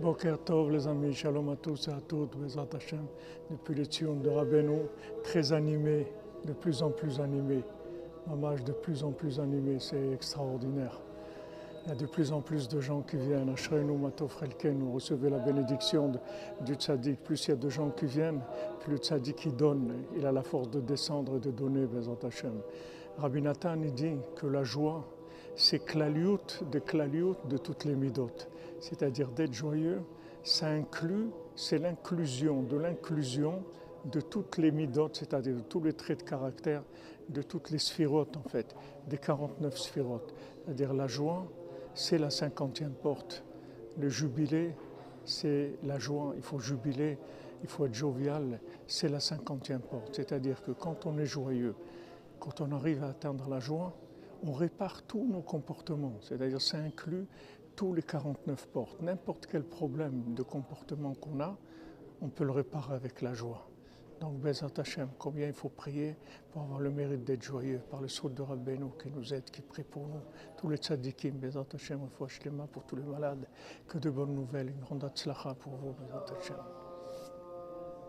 Boker Tov les amis, shalom à tous et à toutes, Bezrat Hashem, depuis les Tzion de Rabbeinu, très animé, de plus en plus animé, Mamash de plus en plus animé, c'est extraordinaire. Il y a de plus en plus de gens qui viennent, Ashreinu Matov Chelkenu, recevez la bénédiction du tzaddik, plus il y a de gens qui viennent, plus le tzaddik il donne, il a la force de descendre et de donner, Bezrat Hashem. Rabbi Nathan il dit que la joie, c'est klaliout de toutes les midot. C'est-à-dire d'être joyeux, ça inclut, c'est l'inclusion de toutes les midot, c'est-à-dire de tous les traits de caractère, de toutes les sphirotes en fait, des 49 sphirotes. C'est-à-dire la joie, c'est la 50e porte. Le jubilé, c'est la joie, il faut jubiler, il faut être jovial, c'est la 50e porte. C'est-à-dire que quand on est joyeux, quand on arrive à atteindre la joie, on répare tous nos comportements, c'est-à-dire ça inclut tous les 49 portes. N'importe quel problème de comportement qu'on a, on peut le réparer avec la joie. Donc, Bezrat Hashem, combien il faut prier pour avoir le mérite d'être joyeux par le sceau de Rabbeinu qui nous aide, qui prie pour nous. Tous les tzadikim, Bezrat Hashem, une fois shlema pour tous les malades. Que de bonnes nouvelles, une grande atzlacha pour vous, Bezrat Hashem.